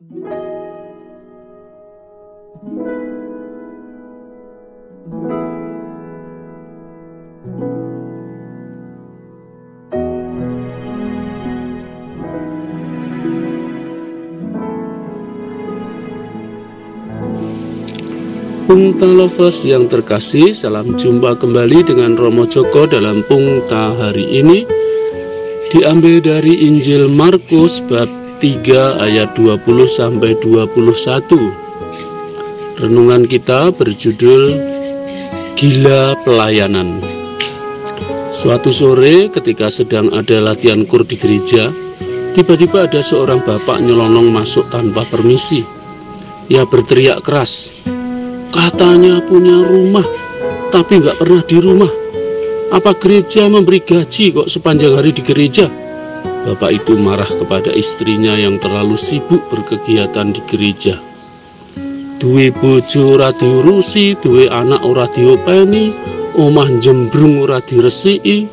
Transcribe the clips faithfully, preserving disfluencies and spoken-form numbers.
Pungta Lovers yang terkasih, salam jumpa kembali dengan Romo Joko dalam Pungta hari ini. Diambil dari Injil Markus bab tiga ayat dua puluh sampai dua puluh satu. Renungan kita berjudul Gila Pelayanan. Suatu sore ketika sedang ada latihan kur di gereja, tiba-tiba ada seorang bapak nyelonong masuk tanpa permisi. Ia berteriak keras, "Katanya punya rumah, tapi nggak pernah di rumah. Apa gereja memberi gaji kok sepanjang hari di gereja?" Bapak itu marah kepada istrinya yang terlalu sibuk berkegiatan di gereja. Duwe bojo ora diurusi, duwe anak ora diopeni, omah jembrung ora diresiki.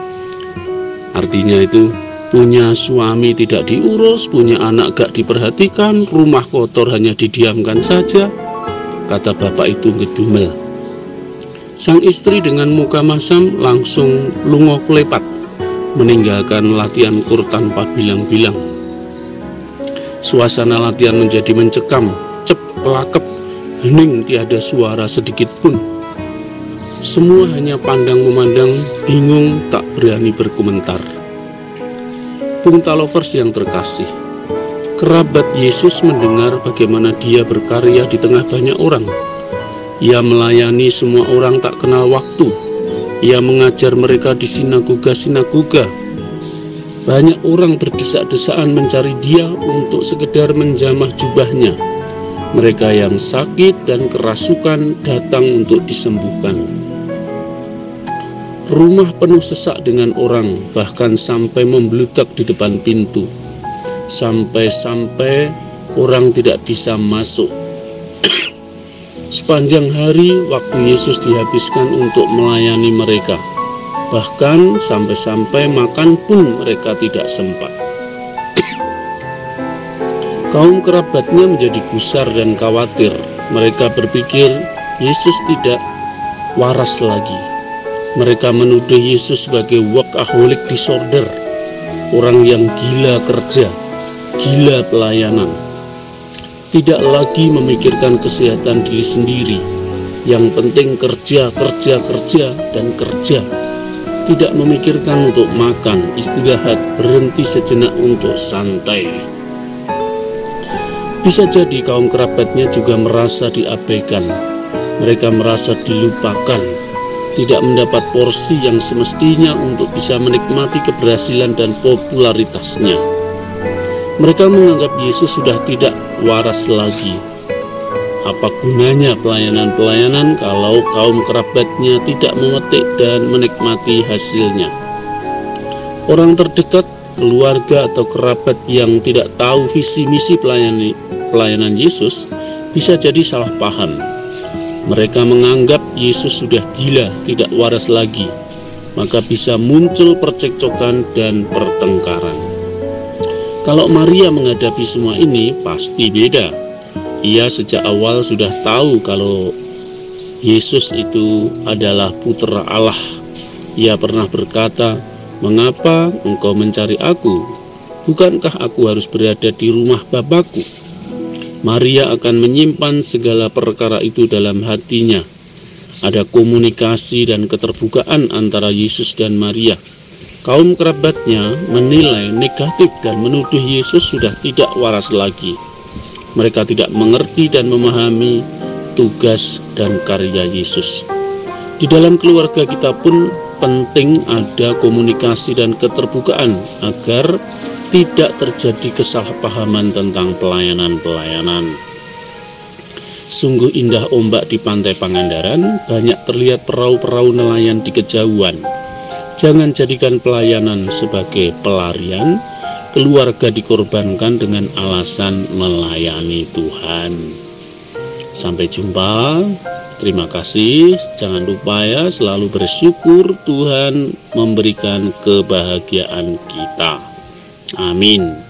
Artinya itu, punya suami tidak diurus, punya anak gak diperhatikan, rumah kotor hanya didiamkan saja, kata bapak itu ngedumel. Sang istri dengan muka masam langsung lungo klepat, meninggalkan latihan kur tanpa bilang-bilang. Suasana latihan menjadi mencekam, cep, pelakep, hening, tiada suara sedikit pun. Semua hanya pandang memandang, bingung, tak berani berkomentar. Pungta Lovers yang terkasih, kerabat Yesus mendengar bagaimana dia berkarya di tengah banyak orang. Ia melayani semua orang tak kenal waktu. Ia mengajar mereka di sinagoga-sinagoga. Banyak orang berdesak-desaan mencari dia untuk sekedar menjamah jubahnya. Mereka yang sakit dan kerasukan datang untuk disembuhkan. Rumah penuh sesak dengan orang, bahkan sampai membludak di depan pintu. Sampai-sampai orang tidak bisa masuk. Sepanjang hari waktu Yesus dihabiskan untuk melayani mereka. Bahkan sampai-sampai makan pun mereka tidak sempat. Kaum kerabatnya menjadi gusar dan khawatir. Mereka berpikir Yesus tidak waras lagi. Mereka menuduh Yesus sebagai workaholic disorder, orang yang gila kerja, gila pelayanan. Tidak lagi memikirkan kesehatan diri sendiri. Yang penting kerja, kerja, kerja, dan kerja. Tidak memikirkan untuk makan, istirahat, berhenti sejenak untuk santai. Bisa jadi kaum kerabatnya juga merasa diabaikan. Mereka merasa dilupakan, tidak mendapat porsi yang semestinya untuk bisa menikmati keberhasilan dan popularitasnya. Mereka menganggap Yesus sudah tidak waras lagi. Apa gunanya pelayanan-pelayanan kalau kaum kerabatnya tidak memetik dan menikmati hasilnya? Orang terdekat, keluarga atau kerabat yang tidak tahu visi misi pelayanan, pelayanan Yesus bisa jadi salah paham. Mereka menganggap Yesus sudah gila, tidak waras lagi. Maka bisa muncul percekcokan dan pertengkaran. Kalau Maria menghadapi semua ini, pasti beda. Ia sejak awal sudah tahu kalau Yesus itu adalah putra Allah. Ia pernah berkata, "Mengapa engkau mencari aku? Bukankah aku harus berada di rumah Bapakku?" Maria akan menyimpan segala perkara itu dalam hatinya. Ada komunikasi dan keterbukaan antara Yesus dan Maria. Kaum kerabatnya menilai negatif dan menuduh Yesus sudah tidak waras lagi. Mereka tidak mengerti dan memahami tugas dan karya Yesus. Di dalam keluarga kita pun penting ada komunikasi dan keterbukaan agar tidak terjadi kesalahpahaman tentang pelayanan-pelayanan. Sungguh indah ombak di pantai Pangandaran, banyak terlihat perahu-perahu nelayan di kejauhan. Jangan jadikan pelayanan sebagai pelarian. Keluarga dikorbankan dengan alasan melayani Tuhan. Sampai jumpa. Terima kasih. Jangan lupa ya, selalu bersyukur Tuhan memberikan kebahagiaan kita. Amin.